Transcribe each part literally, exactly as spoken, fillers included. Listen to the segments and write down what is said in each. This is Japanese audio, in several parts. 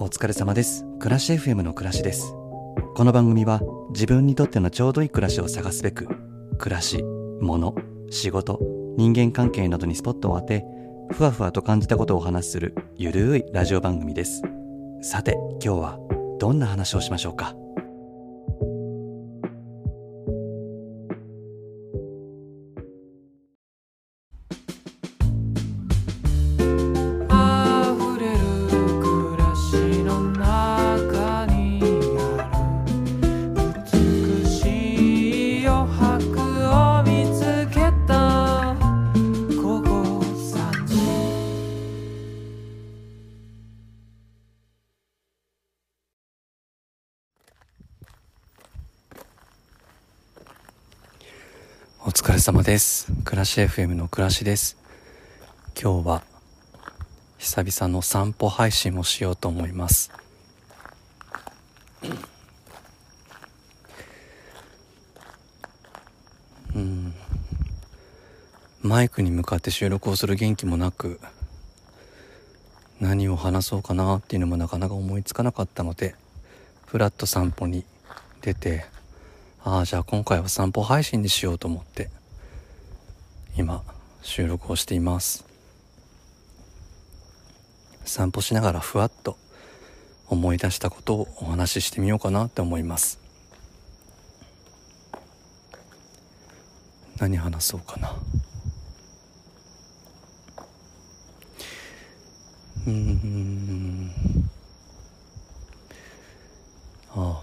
お疲れ様です。暮らし エフエム の暮らしです。この番組は自分にとってのちょうどいい暮らしを探すべく、暮らし、物、仕事、人間関係などにスポットを当て、ふわふわと感じたことをお話しするゆるいラジオ番組です。さて今日はどんな話をしましょうか。お疲れ様です。暮らし エフエム の暮らしです。今日は久々の散歩配信をしようと思います。うんマイクに向かって収録をする元気もなく、何を話そうかなっていうのもなかなか思いつかなかったので、ふらっと散歩に出て、ああじゃあ今回は散歩配信にしようと思って今収録をしています。散歩しながらふわっと思い出したことをお話ししてみようかなって思います。何話そうかな。うーんああ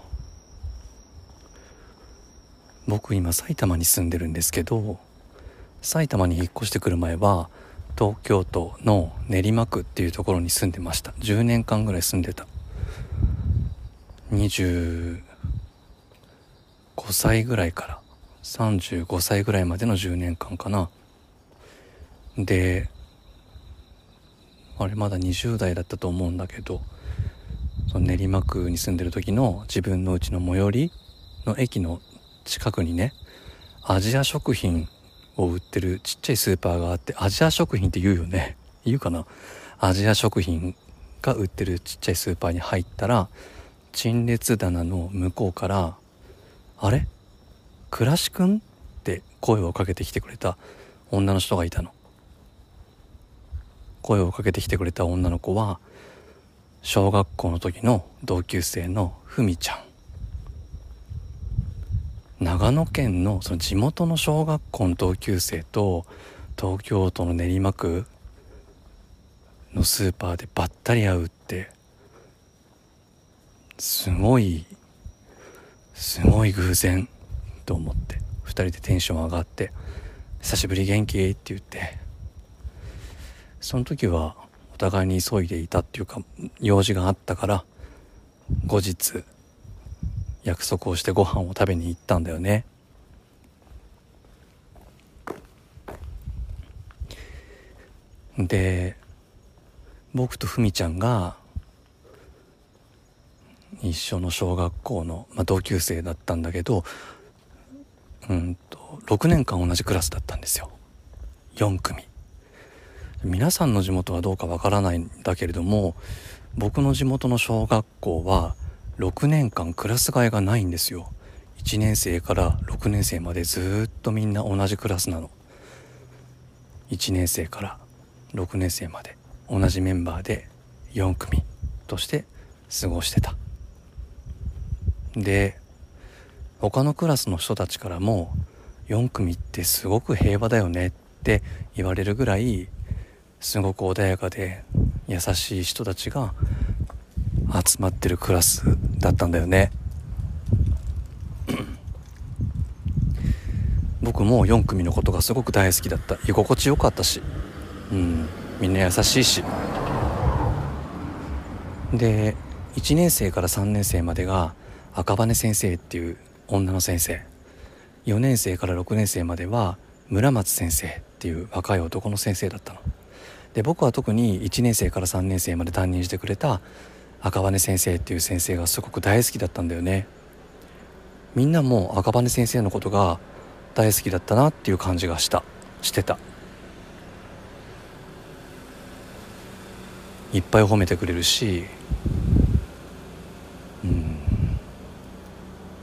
僕今埼玉に住んでるんですけど、埼玉に引っ越してくる前は東京都の練馬区っていうところに住んでました。じゅうねんかんぐらい住んでた。にじゅうごさいぐらいからさんじゅうごさいぐらいまでのじゅうねんかんかな。であれまだにじゅう代だったと思うんだけど、その練馬区に住んでる時の自分のうちの最寄りの駅の近くにね、アジア食品を売ってるちっちゃいスーパーがあって、アジア食品って言うよね、言うかな。アジア食品が売ってるちっちゃいスーパーに入ったら、陳列棚の向こうからあれ暮らしくんって声をかけてきてくれた女の人がいたの。声をかけてきてくれた女の子は小学校の時の同級生のふみちゃん。長野県のその地元の小学校の同級生と東京都の練馬区のスーパーでばったり会うってすごいすごい偶然と思って、ふたりでテンション上がって久しぶり元気って言って、その時はお互いに急いでいたっていうか用事があったから後日約束をしてご飯を食べに行ったんだよね。で僕とふみちゃんが一緒の小学校の、まあ、同級生だったんだけど、うんとろくねんかん同じクラスだったんですよ。よんくみ。皆さんの地元はどうかわからないんだけれども、僕の地元の小学校はろくねんかんクラス替えがないんですよ。いちねん生からろくねん生までずっとみんな同じクラスなの。いちねん生からろくねん生まで同じメンバーでよんくみとして過ごしてた。で他のクラスの人たちからもよんくみってすごく平和だよねって言われるぐらいすごく穏やかで優しい人たちが集まってるクラスだったんだよね。僕もよんくみのことがすごく大好きだった。居心地よかったし、うん、みんな優しいし。でいちねん生からさんねん生までが赤羽先生っていう女の先生、よねん生からろくねん生までは村松先生っていう若い男の先生だったの。で僕は特にいちねん生からさんねん生まで担任してくれた赤羽先生っていう先生がすごく大好きだったんだよね。みんなも赤羽先生のことが大好きだったなっていう感じがしたしてた。いっぱい褒めてくれるし、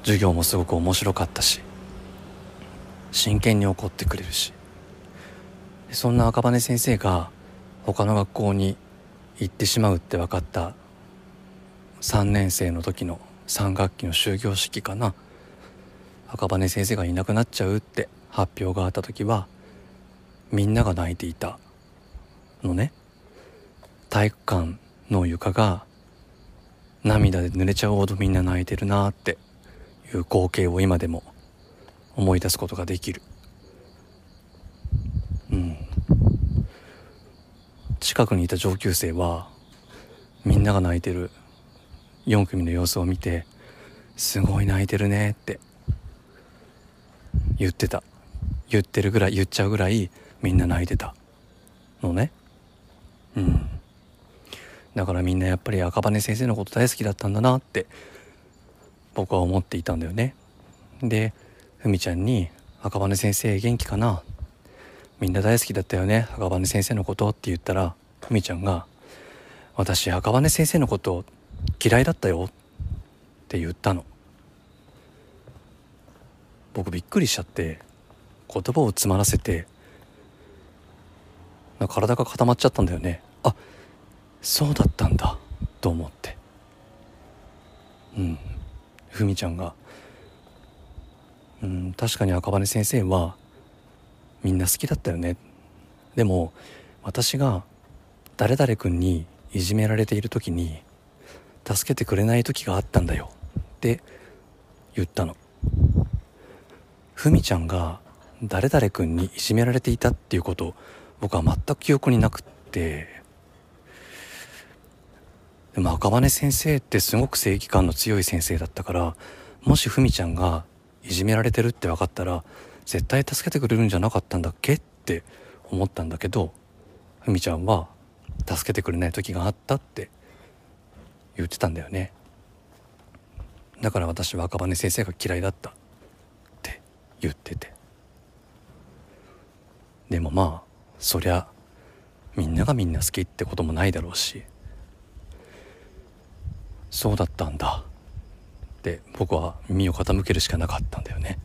授業もすごく面白かったし、真剣に怒ってくれるし、そんな赤羽先生が他の学校に行ってしまうって分かったさんねん生の時のさん学期の終業式かな、赤羽先生がいなくなっちゃうって発表があった時は、みんなが泣いていたのね。体育館の床が涙で濡れちゃうほどみんな泣いてるなっていう光景を今でも思い出すことができる。うん。近くにいた上級生はみんなが泣いてるよん組の様子を見て、すごい泣いてるねって言ってた。言ってるぐらい、言っちゃうぐらいみんな泣いてたのね。うん。だからみんなやっぱり赤羽先生のこと大好きだったんだなって僕は思っていたんだよね。で、ふみちゃんに赤羽先生元気かな、みんな大好きだったよね赤羽先生のことって言ったら、ふみちゃんが私赤羽先生のこと嫌いだったよって言ったの。僕びっくりしちゃって、言葉を詰まらせてなんか体が固まっちゃったんだよね。あ、そうだったんだと思って、うん、ふみちゃんが、うん、確かに赤羽先生はみんな好きだったよね。でも私が誰々君にいじめられている時に助けてくれない時があったんだよって言ったの。ふみちゃんが誰々君にいじめられていたっていうこと僕は全く記憶になくって、でも赤羽先生ってすごく正義感の強い先生だったから、もしふみちゃんがいじめられてるって分かったら絶対助けてくれるんじゃなかったんだっけって思ったんだけど、ふみちゃんは助けてくれない時があったって言ってたんだよね。だから私は赤羽先生が嫌いだったって言ってて、でもまあそりゃみんながみんな好きってこともないだろうし、そうだったんだって僕は耳を傾けるしかなかったんだよね。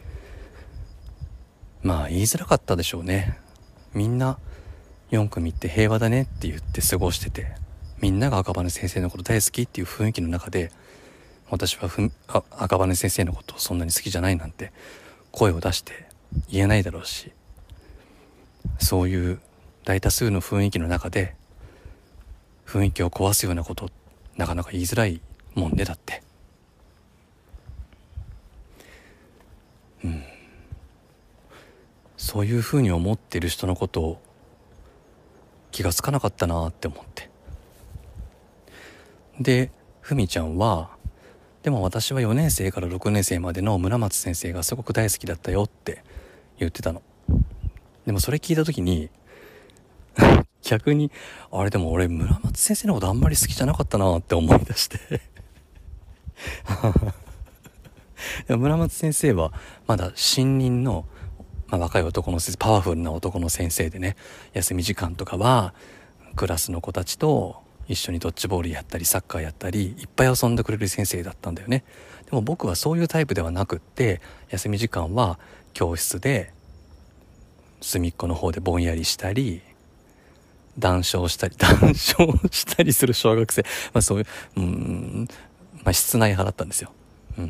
まあ言いづらかったでしょうね。みんなよん組って平和だねって言って過ごしてて、みんなが赤羽先生のこと大好きっていう雰囲気の中で、私はふあ赤羽先生のことをそんなに好きじゃないなんて声を出して言えないだろうし、そういう大多数の雰囲気の中で雰囲気を壊すようなことなかなか言いづらいもんね。だってうんそういうふうに思ってる人のことを気がつかなかったなって思って、でふみちゃんはでも私はよねん生からろくねん生までの村松先生がすごく大好きだったよって言ってたの。でもそれ聞いた時に逆にあれでも俺村松先生のことあんまり好きじゃなかったなって思い出してでも村松先生はまだ新任の、まあ、若い男の先生、パワフルな男の先生でね、休み時間とかはクラスの子たちと一緒にドッジボールやったりサッカーやったりいっぱい遊んでくれる先生だったんだよね。でも僕はそういうタイプではなくって、休み時間は教室で隅っこの方でぼんやりしたり談笑したり談笑したりする小学生、まあそういううーんまあ室内派だったんですよ。うん、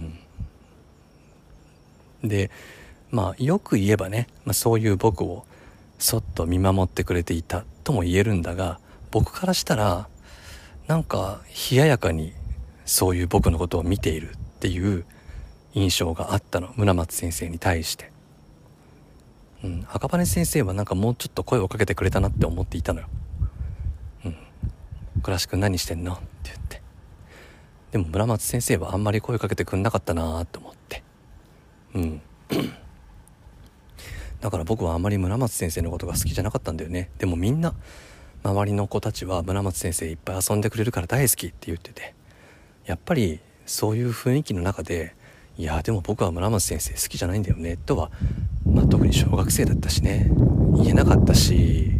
でまあよく言えばね、まあ、そういう僕をそっと見守ってくれていたとも言えるんだが、僕からしたらなんか冷ややかにそういう僕のことを見ているっていう印象があったの、村松先生に対して。うん、赤羽先生はなんかもうちょっと声をかけてくれたなって思っていたのよ。うん、倉橋くん何してんのって言って。でも村松先生はあんまり声かけてくんなかったなと思って。うんだから僕はあんまり村松先生のことが好きじゃなかったんだよね。でもみんな周りの子たちは村松先生いっぱい遊んでくれるから大好きって言ってて、やっぱりそういう雰囲気の中で、いやでも僕は村松先生好きじゃないんだよねとは、まあ、特に小学生だったしね言えなかったし、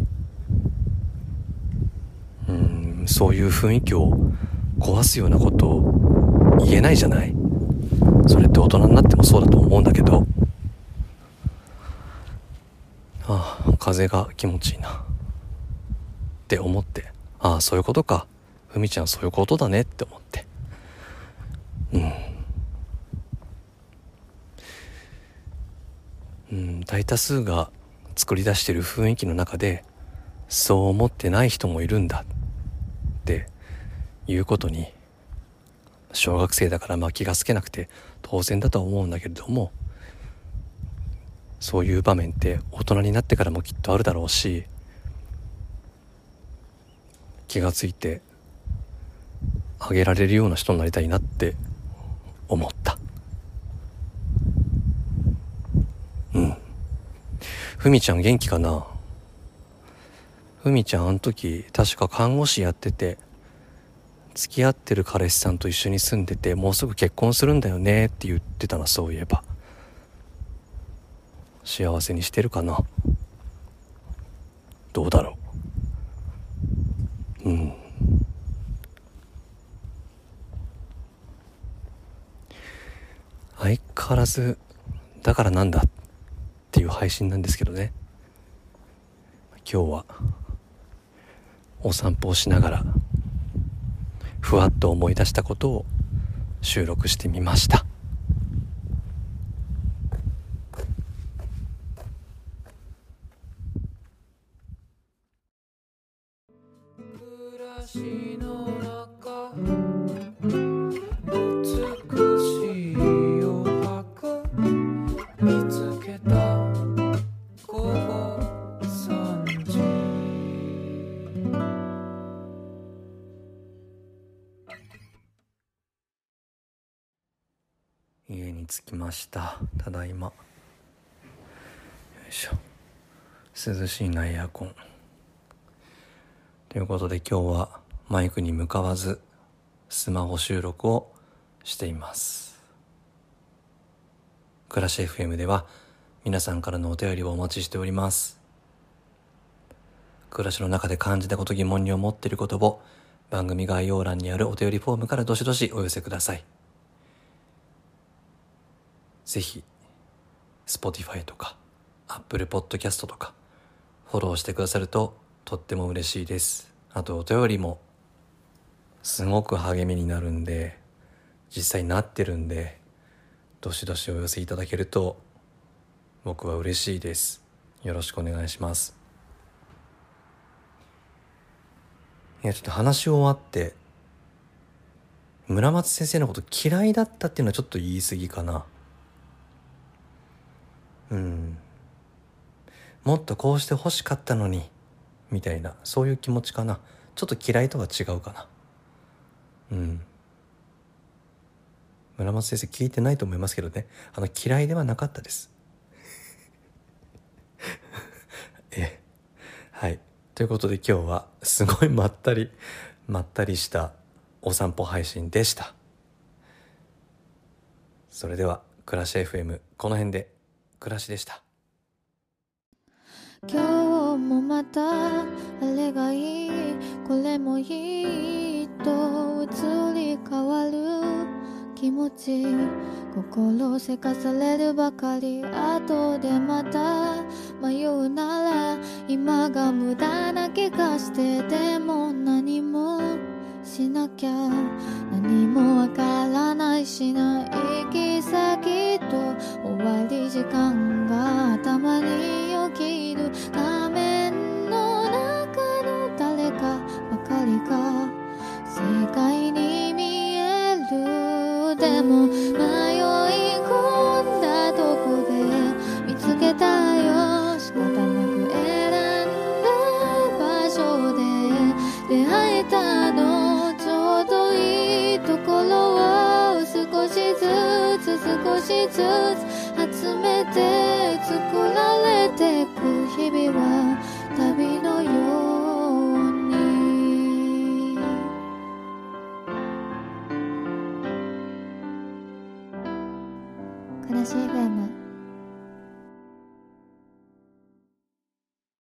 うーんそういう雰囲気を壊すようなことを言えないじゃない。 それって大人になってもそうだと思うんだけど、ああ風が気持ちいいなって思って、ああそういうことか、ふみちゃんそういうことだねって思って、うんうん、大多数が作り出している雰囲気の中でそう思ってない人もいるんだっていうことに、小学生だからまあ気がつけなくて当然だとは思うんだけれども、そういう場面って大人になってからもきっとあるだろうし、気がついてあげられるような人になりたいなって思った。うんふみちゃん元気かな。ふみちゃんあの時確か看護師やってて、付き合ってる彼氏さんと一緒に住んでて、もうすぐ結婚するんだよねって言ってたな。そういえば幸せにしてるかな。どうだろう。うん相変わらずだからなんだっていう配信なんですけどね。今日はお散歩をしながらふわっと思い出したことを収録してみました。暮らしの中美しい余白見つけた午後さんじ。家に着きました。ただいま。よいしょ。涼しいなエアコン。ということで今日はマイクに向かわずスマホ収録をしています。暮らし エフエム では皆さんからのお便りをお待ちしております。暮らしの中で感じたこと、疑問に思っていることを番組概要欄にあるお便りフォームからどしどしお寄せください。ぜひ Spotify とか Apple Podcast とかフォローしてくださるととっても嬉しいです。あとお便りもすごく励みになるんで、実際になってるんで、どしどしお寄せいただけると僕は嬉しいです。よろしくお願いします。いやちょっと話し終わって、村松先生のこと嫌いだったっていうのはちょっと言い過ぎかな。うんもっとこうして欲しかったのにみたいな、そういう気持ちかな。ちょっと嫌いとは違うかな。うん村松先生聞いてないと思いますけどね、あの嫌いではなかったですえはいということで今日はすごいまったりまったりしたお散歩配信でした。それでは暮らし エフエム この辺で。暮らしでした。 今日もまたあれがいいこれもいいと移り変わる気持ち、心せかされるばかり。後でまた迷うなら今が無駄な気がして、でも何もしなきゃ何もわからないしな。行き先と終わり時間が頭によぎる。画面の中の誰かばかりが世界に見える。でも迷い込んだとこで見つけたよ。仕方なく選んだ場所で出会えたの。ちょうどいいところを少しずつ少しずつ集めて作られてく日々は